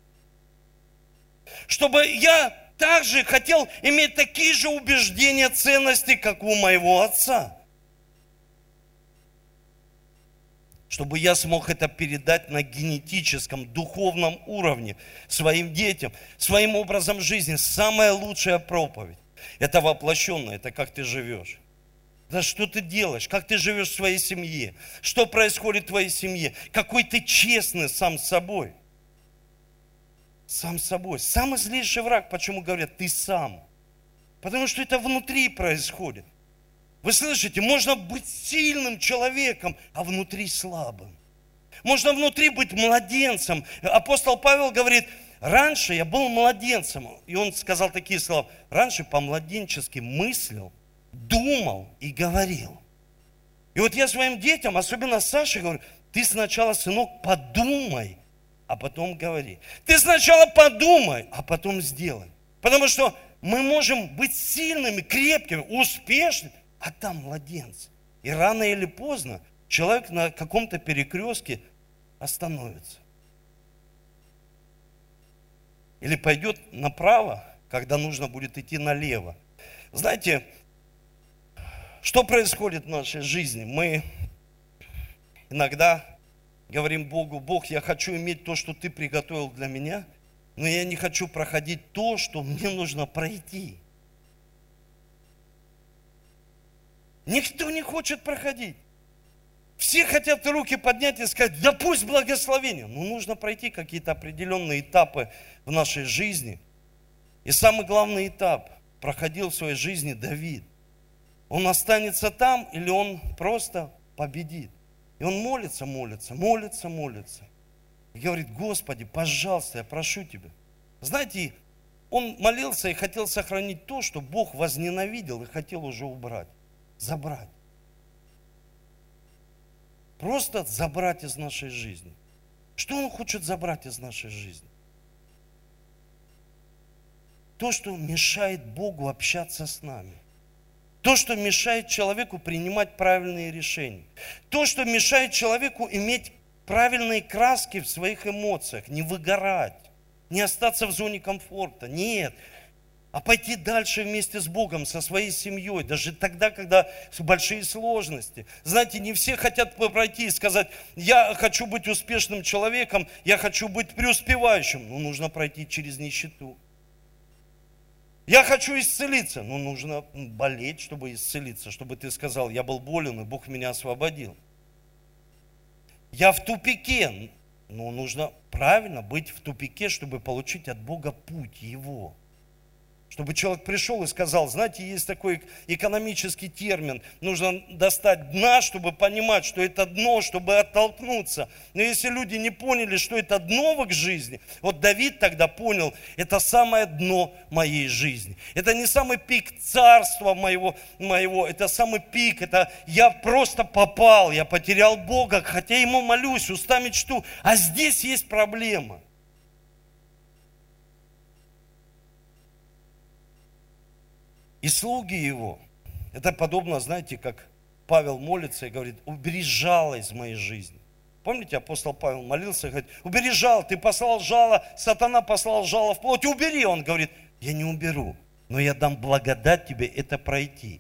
S1: Чтобы я также хотел иметь такие же убеждения, ценности, как у моего отца. Чтобы я смог это передать на генетическом, духовном уровне своим детям, своим образом жизни. Самая лучшая проповедь – это воплощенное, это как ты живешь. Да что ты делаешь, как ты живешь в своей семье, что происходит в твоей семье, какой ты честный сам с собой. Сам с собой. Самый злейший враг, почему говорят, ты сам? Потому что это внутри происходит. Вы слышите, можно быть сильным человеком, а внутри слабым. Можно внутри быть младенцем. Апостол Павел говорит, раньше я был младенцем. И он сказал такие слова. Раньше по-младенчески мыслил, думал и говорил. И вот я своим детям, особенно Саше, говорю, ты сначала, сынок, подумай, а потом говори. Ты сначала подумай, а потом сделай. Потому что мы можем быть сильными, крепкими, успешными, а там младенцы. И рано или поздно человек на каком-то перекрестке остановится. Или пойдет направо, когда нужно будет идти налево. Знаете, что происходит в нашей жизни? Мы иногда говорим Богу, Бог, я хочу иметь то, что Ты приготовил для меня, но я не хочу проходить то, что мне нужно пройти. Никто не хочет проходить. Все хотят руки поднять и сказать, да пусть благословение. Но нужно пройти какие-то определенные этапы в нашей жизни. И самый главный этап проходил в своей жизни Давид. Он останется там или он просто победит. И он молится, молится, молится, молится. И говорит, Господи, пожалуйста, я прошу Тебя. Знаете, он молился и хотел сохранить то, что Бог возненавидел и хотел уже убрать, забрать. Просто забрать из нашей жизни. Что он хочет забрать из нашей жизни? То, что мешает Богу общаться с нами. То, что мешает человеку принимать правильные решения. То, что мешает человеку иметь правильные краски в своих эмоциях. Не выгорать, не остаться в зоне комфорта. Нет. А пойти дальше вместе с Богом, со своей семьей, даже тогда, когда большие сложности. Знаете, не все хотят пройти и сказать, я хочу быть успешным человеком, я хочу быть преуспевающим. Но нужно пройти через нищету. Я хочу исцелиться, но нужно болеть, чтобы исцелиться, чтобы ты сказал, я был болен, и Бог меня освободил. Я в тупике, но нужно правильно быть в тупике, чтобы получить от Бога путь Его. Чтобы человек пришел и сказал, знаете, есть такой экономический термин, нужно достать дна, чтобы понимать, что это дно, чтобы оттолкнуться. Но если люди не поняли, что это дно в их жизни, вот Давид тогда понял, это самое дно моей жизни. Это не самый пик царства моего, моего, это самый пик, это я просто попал, я потерял Бога, хотя Ему молюсь, устами чту, а здесь есть проблема. И слуги Его, это подобно, знаете, как Павел молится и говорит, убери жало из моей жизни. Помните, апостол Павел молился и говорит, убери жало, ты послал жало, сатана послал жало в плоть, убери. Он говорит, я не уберу, но я дам благодать тебе это пройти.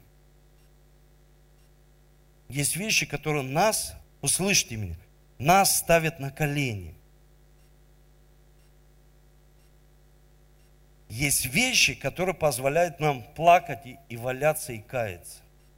S1: Есть вещи, которые нас, услышьте меня, нас ставят на колени. Есть вещи, которые позволяют нам плакать и, и валяться, и каяться.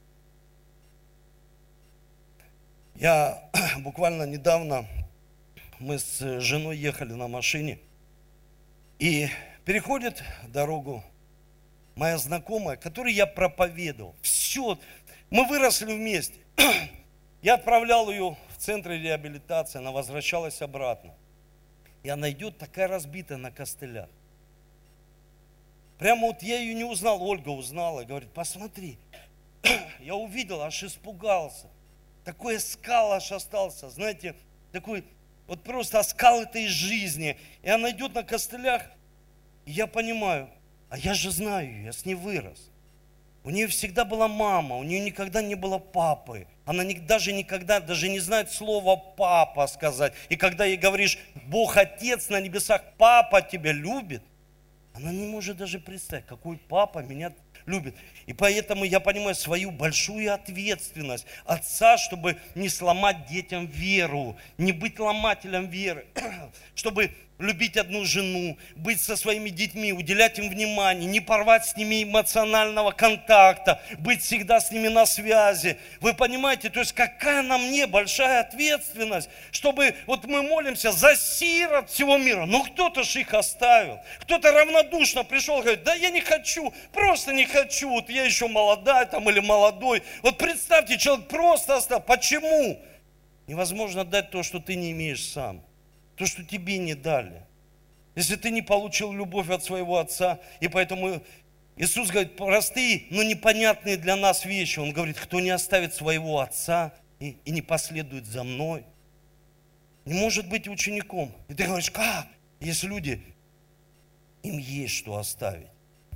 S1: Я буквально недавно, мы с женой ехали на машине, и переходит дорогу моя знакомая, которой я проповедовал. Все, мы выросли вместе. Я отправлял ее в центр реабилитации, она возвращалась обратно. И она идет такая разбитая на костылях. Прямо вот я ее не узнал, Ольга узнала, и говорит, посмотри, я увидел, аж испугался. Такой оскал аж остался, знаете, такой вот просто оскал этой жизни. И она идет на костылях, и я понимаю, а я же знаю ее, я с ней вырос. У нее всегда была мама, у нее никогда не было папы. Она не, даже никогда даже не знает слова «папа» сказать. И когда ей говоришь, Бог Отец на небесах, папа тебя любит, она не может даже представить, какой папа меня любит. И поэтому я понимаю свою большую ответственность отца, чтобы не сломать детям веру, не быть ломателем веры, чтобы любить одну жену, быть со своими детьми, уделять им внимание, не порвать с ними эмоционального контакта, быть всегда с ними на связи. Вы понимаете, то есть какая на мне большая ответственность, чтобы вот мы молимся за сирот всего мира, но кто-то же их оставил, кто-то равнодушно пришел и говорит, да я не хочу, просто не хочу, вот я еще молодая там или молодой. Вот представьте, человек просто оставил. Почему? Невозможно дать то, что ты не имеешь сам. То, что тебе не дали. Если ты не получил любовь от своего отца, и поэтому Иисус говорит, простые, но непонятные для нас вещи. Он говорит, кто не оставит своего отца и, и не последует за мной, не может быть учеником. И ты говоришь, как? Есть люди, им есть что оставить.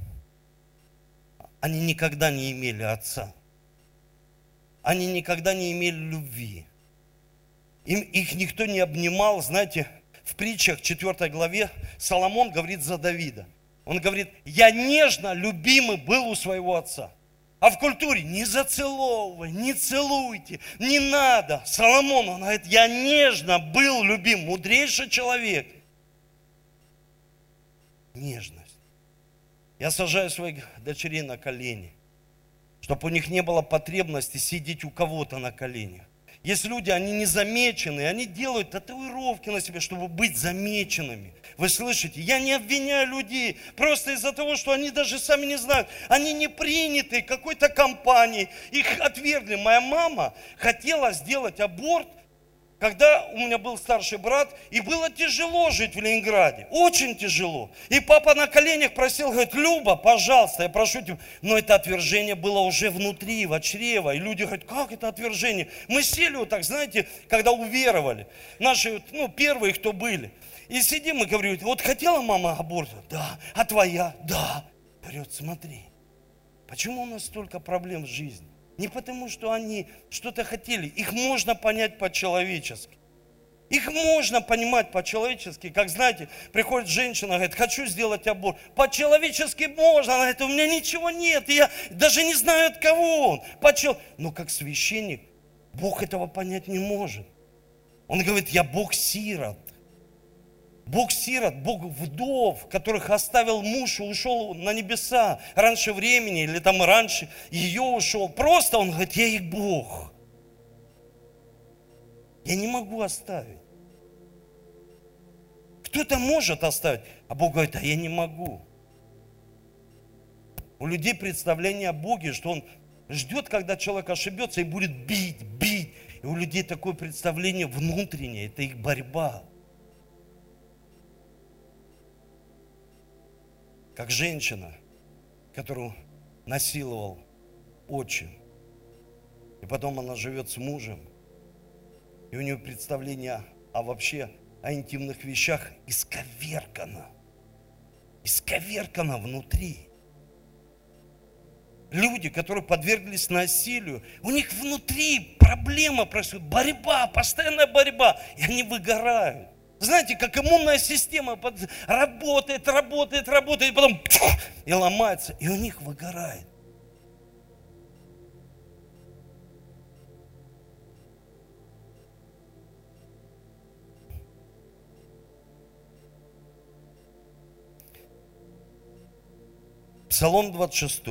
S1: Они никогда не имели отца. Они никогда не имели любви. Им, их никто не обнимал, знаете, в притчах четвёртой главе Соломон говорит за Давида. Он говорит, я нежно любимый был у своего отца. А в культуре не зацеловывай, не целуйте, не надо. Соломон, он говорит, я нежно был любим, мудрейший человек. Нежность. Я сажаю своих дочерей на колени, чтобы у них не было потребности сидеть у кого-то на коленях. Есть люди, они не замечены, они делают татуировки на себе, чтобы быть замеченными. Вы слышите? Я не обвиняю людей, просто из-за того, что они даже сами не знают. Они не приняты какой-то компанией, их отвергли. Моя мама хотела сделать аборт, когда у меня был старший брат, и было тяжело жить в Ленинграде, очень тяжело. И папа на коленях просил, говорит, Люба, пожалуйста, я прошу тебя. Но это отвержение было уже внутри, в чрево. И люди говорят, как это отвержение? Мы сели вот так, знаете, когда уверовали. Наши, ну, первые, кто были. И сидим и говорю, вот хотела мама аборта? Да. А твоя? Да. Говорит, смотри, почему у нас столько проблем в жизни? Не потому, что они что-то хотели. Их можно понять по-человечески. Их можно понимать по-человечески. Как, знаете, приходит женщина, говорит, хочу сделать аборт. По-человечески можно. Она говорит, у меня ничего нет. Я даже не знаю, от кого он. По-чел... Но как священник, Бог этого понять не может. Он говорит, я Бог сирот. Бог сирот, Бог вдов, которых оставил муж и ушел на небеса раньше времени, или там раньше ее ушел. Просто он говорит, я их Бог. Я не могу оставить. Кто-то может оставить, а Бог говорит, а я не могу. У людей представление о Боге, что Он ждет, когда человек ошибется и будет бить, бить. И у людей такое представление внутреннее, это их борьба. Как женщина, которую насиловал отчим. И потом она живет с мужем. И у нее представление о вообще о интимных вещах исковеркано. Исковеркано внутри. Люди, которые подверглись насилию, у них внутри проблема происходит, борьба, постоянная борьба, и они выгорают. Знаете, как иммунная система работает, работает, работает, и потом и ломается, и у них выгорает. Псалом двадцать шесть.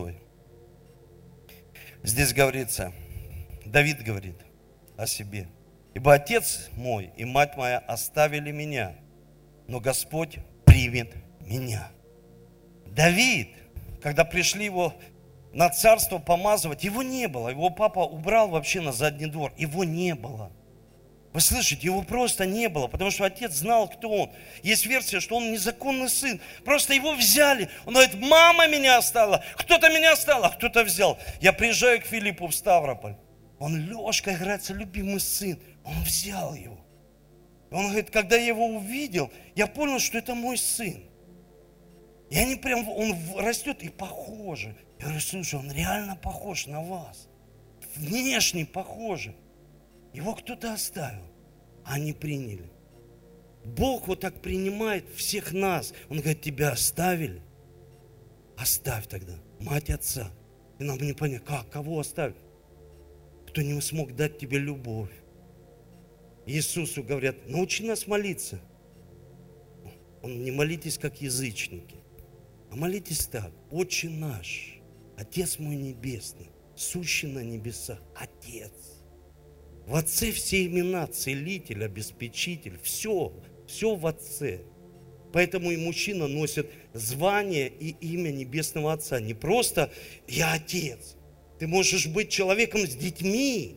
S1: Здесь говорится, Давид говорит о себе. Ибо отец мой и мать моя оставили меня, но Господь примет меня. Давид, когда пришли его на царство помазывать, его не было. Его папа убрал вообще на задний двор. Его не было. Вы слышите, его просто не было, потому что отец знал, кто он. Есть версия, что он незаконный сын. Просто его взяли. Он говорит, мама меня оставила, кто-то меня оставил, а кто-то взял. Я приезжаю к Филиппу в Ставрополь. Он, Лешка, играется, любимый сын. Он взял его. Он говорит, когда я его увидел, я понял, что это мой сын. И они прям, он растет и похожи. Я говорю, слушай, он реально похож на вас. Внешне похожи. Его кто-то оставил, а они приняли. Бог вот так принимает всех нас. Он говорит, тебя оставили? Оставь тогда, мать отца. И нам не понять, как, кого оставить? Кто не смог дать тебе любовь. Иисусу говорят, научи нас молиться. Он не молитесь как язычники, а молитесь так. Отче наш, Отец мой небесный, сущий на небесах, Отец. В Отце все имена, Целитель, Обеспечитель, все, все в Отце. Поэтому и мужчина носит звание и имя Небесного Отца. Не просто «я Отец». Ты можешь быть человеком с детьми,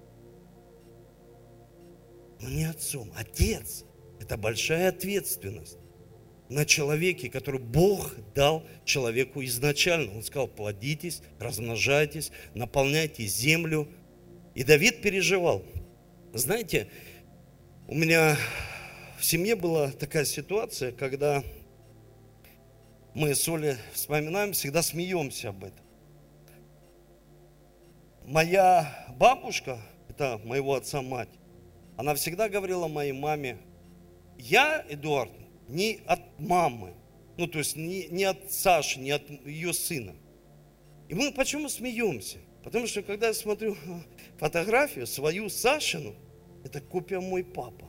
S1: но не отцом. Отец – это большая ответственность на человеке, который Бог дал человеку изначально. Он сказал: плодитесь, размножайтесь, наполняйте землю. И Давид переживал. Знаете, у меня в семье была такая ситуация, когда мы с Олей вспоминаем, всегда смеемся об этом. Моя бабушка, это моего отца мать, она всегда говорила моей маме: я, Эдуард, не от мамы, ну то есть не, не от Саши, не от ее сына. И мы почему смеемся? Потому что когда я смотрю фотографию свою Сашину, это копия мой папа.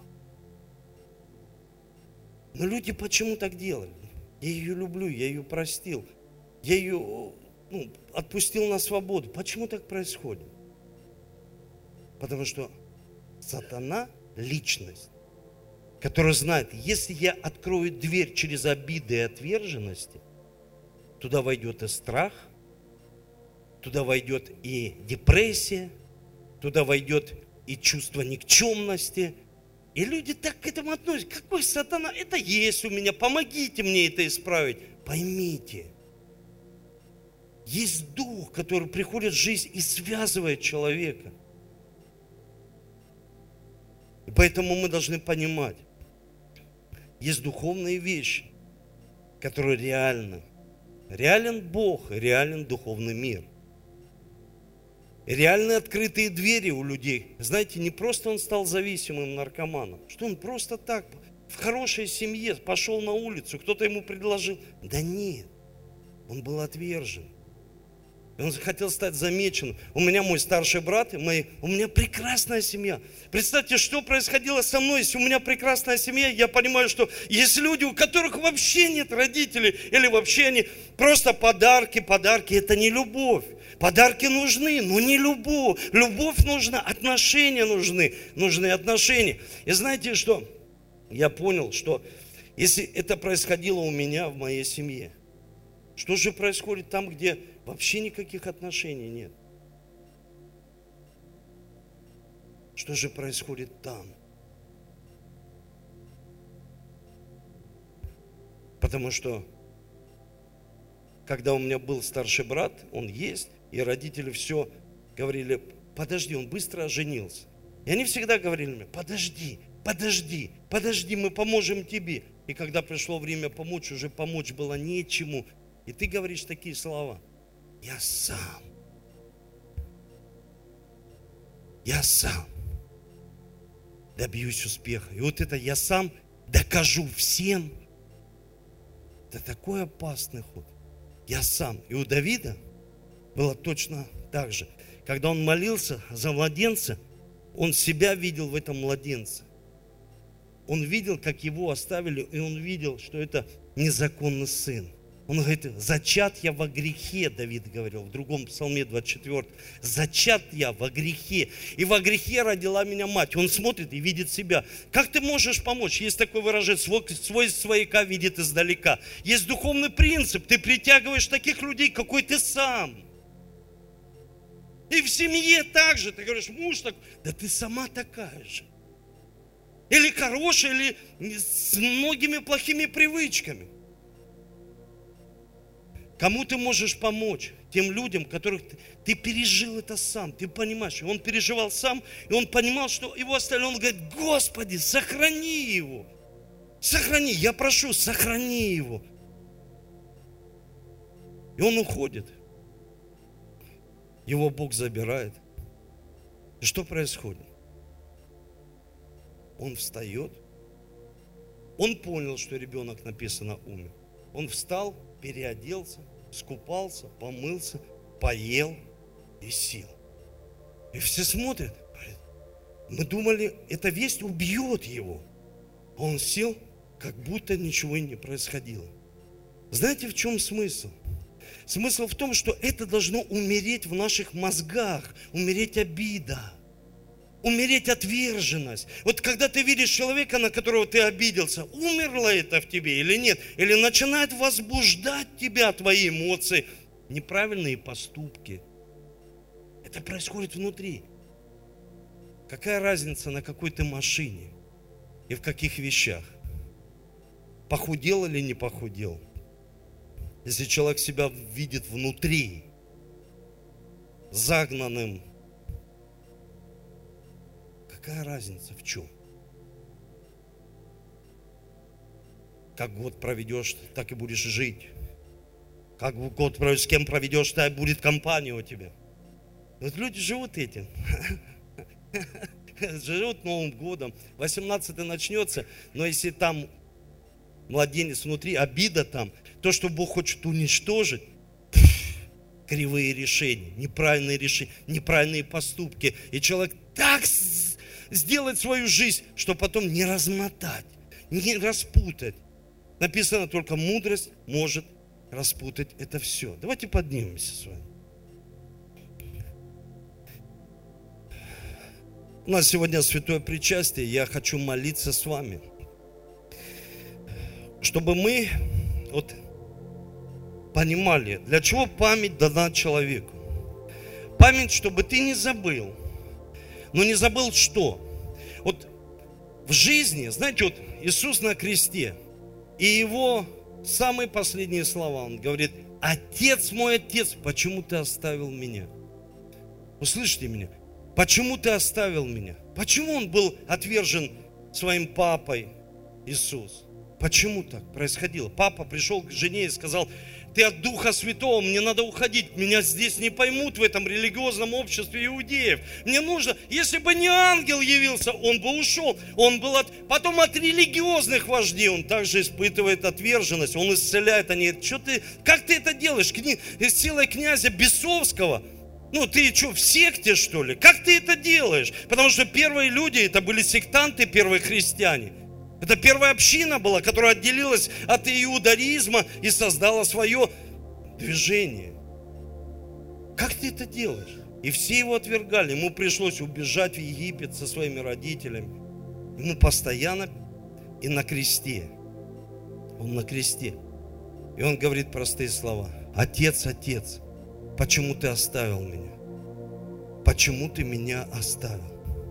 S1: Но люди почему так делали? Я ее люблю, я ее простил, я ее ну, отпустил на свободу. Почему так происходит? Потому что сатана – личность, которая знает, если я открою дверь через обиды и отверженности, туда войдет и страх, туда войдет и депрессия, туда войдет и чувство никчемности. И люди так к этому относятся. Какой сатана? Это есть у меня, помогите мне это исправить. Поймите, есть дух, который приходит в жизнь и связывает человека. И поэтому мы должны понимать, есть духовные вещи, которые реальны. Реален Бог, реален духовный мир. Реальные открытые двери у людей. Знаете, не просто он стал зависимым наркоманом, что он просто так в хорошей семье пошел на улицу, кто-то ему предложил. Да нет, он был отвержен. И он захотел стать замеченным. У меня мой старший брат, и мои, у меня прекрасная семья. Представьте, что происходило со мной, если у меня прекрасная семья. Я понимаю, что есть люди, у которых вообще нет родителей, или вообще они просто подарки, подарки. Это не любовь. Подарки нужны, но не любовь. Любовь нужна, отношения нужны, нужны отношения. И знаете что? Я понял, что если это происходило у меня в моей семье, что же происходит там, где вообще никаких отношений нет? Что же происходит там? Потому что, когда у меня был старший брат, он есть, и родители все говорили: подожди, он быстро оженился. И они всегда говорили мне: подожди, подожди, подожди, мы поможем тебе. И когда пришло время помочь, уже помочь было нечему. И ты говоришь такие слова: я сам, я сам добьюсь успеха. И вот это я сам докажу всем. Это такой опасный ход. Я сам. И у Давида было точно так же. Когда он молился за младенца, он себя видел в этом младенце. Он видел, как его оставили, и он видел, что это незаконный сын. Он говорит: зачат я во грехе, Давид говорил в другом псалме двадцать четвёртом. Зачат я во грехе, и во грехе родила меня мать. Он смотрит и видит себя. Как ты можешь помочь? Есть такое выражение: свой, свой свояка видит издалека. Есть духовный принцип. Ты притягиваешь таких людей, какой ты сам. И в семье так же. Ты говоришь: муж так, да ты сама такая же. Или хорошая, или с многими плохими привычками. Кому ты можешь помочь? Тем людям, которых ты, ты пережил это сам. Ты понимаешь, он переживал сам, и он понимал, что его оставили. Он говорит: Господи, сохрани его. Сохрани, я прошу, сохрани его. И он уходит. Его Бог забирает. И что происходит? Он встает. Он понял, что ребенок, написано, умер. Он встал, переоделся, скупался, помылся, поел и сел. И все смотрят. Мы думали, эта весть убьет его. Он сел, как будто ничего и не происходило. Знаете, в чем смысл? Смысл в том, что это должно умереть в наших мозгах, умереть обида, умереть отверженность. Вот когда ты видишь человека, на которого ты обиделся, умерло это в тебе или нет? Или начинает возбуждать тебя твои эмоции, неправильные поступки. Это происходит внутри. Какая разница, на какой ты машине и в каких вещах? Похудел или не похудел? Если человек себя видит внутри, загнанным, какая разница в чем? Как год проведешь, так и будешь жить. Как год проведешь, с кем проведешь, так будет компания у тебя. Вот люди живут этим. Живут Новым годом. восемнадцатый начнется, но если там младенец внутри, обида там, то, что Бог хочет уничтожить, кривые решения, неправильные решения, неправильные поступки. И человек так сделает свою жизнь, что потом не размотать, не распутать. Написано, только мудрость может распутать это все. Давайте поднимемся с вами. У нас сегодня святое причастие, я хочу молиться с вами, чтобы мы вот понимали, для чего память дана человеку. Память, чтобы ты не забыл. Но не забыл что? Вот в жизни, знаете, вот Иисус на кресте, и Его самые последние слова, Он говорит: «Отец мой, Отец, почему ты оставил меня?» Услышите меня? Почему ты оставил меня? Почему Он был отвержен своим папой, Иисус? Почему так происходило? Папа пришел к жене и сказал: ты от Духа Святого, мне надо уходить, меня здесь не поймут в этом религиозном обществе иудеев. Мне нужно, если бы не ангел явился, он бы ушел. Он был от, потом от религиозных вождей, он также испытывает отверженность, он исцеляет. Они говорят: что ты, как ты это делаешь? Кни, с силой князя Бесовского. Ну, ты что, в секте, что ли? Как ты это делаешь? Потому что первые люди, это были сектанты, первые христиане. Это первая община была, которая отделилась от иудаизма и создала свое движение. Как ты это делаешь? И все его отвергали. Ему пришлось убежать в Египет со своими родителями. Ему постоянно и на кресте. Он на кресте. И он говорит простые слова: «Отец, Отец, почему ты оставил меня? Почему ты меня оставил?»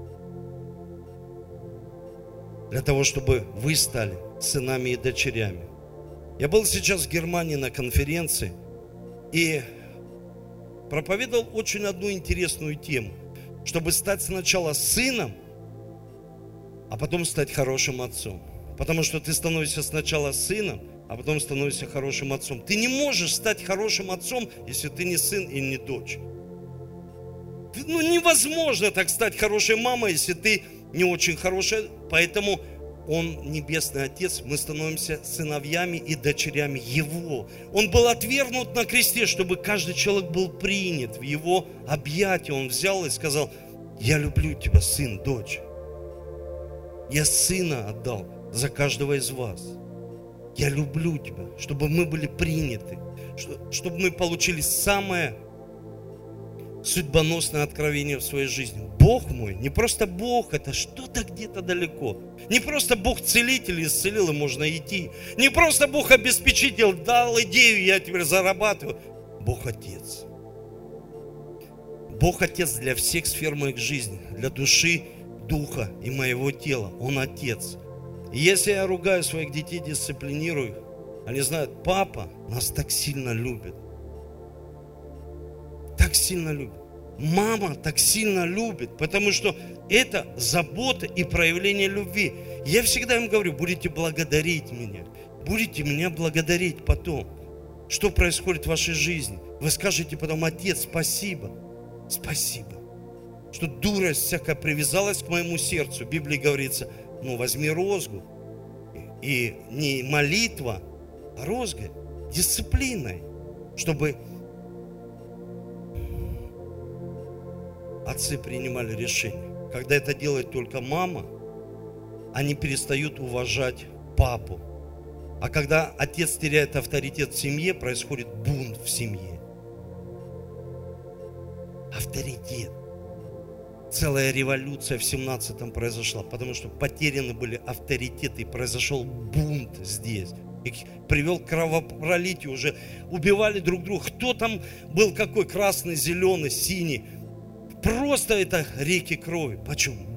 S1: Для того, чтобы вы стали сынами и дочерями. Я был сейчас в Германии на конференции и проповедовал очень одну интересную тему. Чтобы стать сначала сыном, а потом стать хорошим отцом. Потому что ты становишься сначала сыном, а потом становишься хорошим отцом. Ты не можешь стать хорошим отцом, если ты не сын и не дочь. Ну, невозможно так стать хорошей мамой, если ты не очень хорошая. Поэтому Он, Небесный Отец, мы становимся сыновьями и дочерями Его. Он был отвергнут на кресте, чтобы каждый человек был принят в Его объятия. Он взял и сказал: я люблю тебя, сын, дочь. Я сына отдал за каждого из вас. Я люблю тебя, чтобы мы были приняты, чтобы мы получили самое судьбоносное откровение в своей жизни. Бог мой, не просто Бог, это что-то где-то далеко. Не просто Бог целитель, исцелил, и можно идти. Не просто Бог обеспечитель, дал идею, я теперь зарабатываю. Бог Отец. Бог Отец для всех сфер моих жизни, для души, духа и моего тела. Он Отец. И если я ругаю своих детей, дисциплинирую, они знают: папа нас так сильно любит. Так сильно любит. Мама так сильно любит, потому что это забота и проявление любви. Я всегда им говорю: будете благодарить меня, будете меня благодарить потом. Что происходит в вашей жизни? Вы скажете потом: Отец, спасибо, спасибо, что дурость всякая привязалась к моему сердцу. В Библии говорится: ну, возьми розгу, и не молитва, а розга, дисциплиной, чтобы отцы принимали решение. Когда это делает только мама, они перестают уважать папу. А когда отец теряет авторитет в семье, происходит бунт в семье. Авторитет. Целая революция в семнадцатом произошла, потому что потеряны были авторитеты, и произошел бунт здесь. И привел к кровопролитию, уже убивали друг друга. Кто там был какой? Красный, зеленый, синий. Просто это реки крови. Почему?